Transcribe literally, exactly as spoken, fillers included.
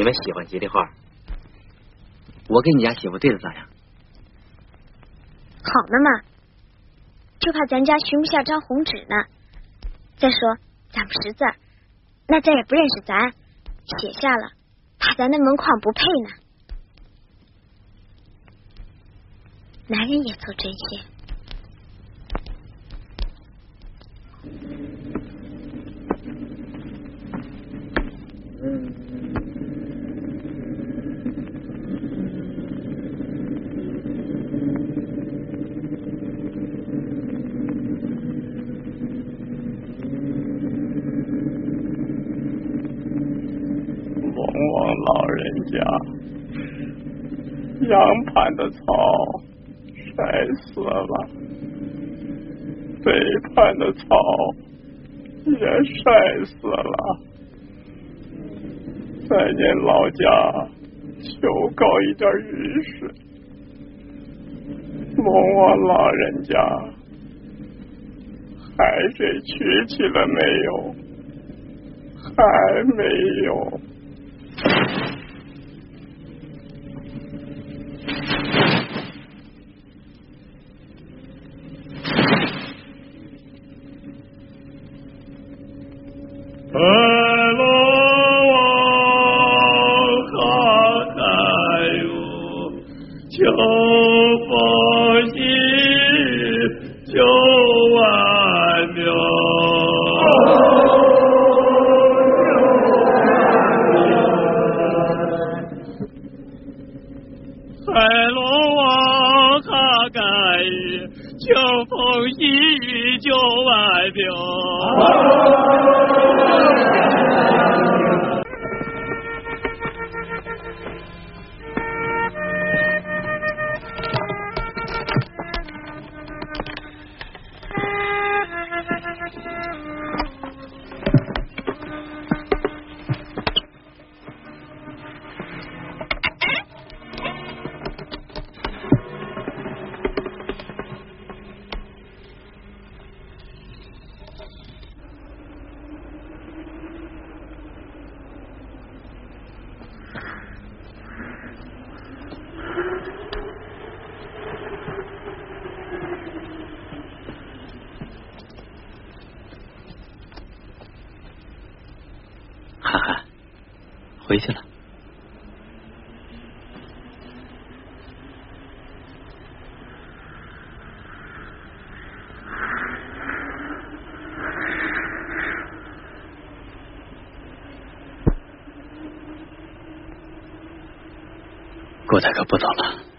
们喜欢吉利话，我跟你家媳妇对的咋样？ 好呢嘛，就怕咱家寻不下张红纸呢。再说咱不识字，那咱也不认识咱，写下了，怕咱的门框不配呢。男人也做这些。 龙王老人家，阳盘的草晒死了，北盘的草也晒死了，在您老家求告一点雨水。龙王老人家，海水取起了没有？还没有。 海龙王看海哟，秋风细雨九万苗。海龙王看海雨，秋风细雨九万苗。 涵涵，回去了。郭大哥不走了。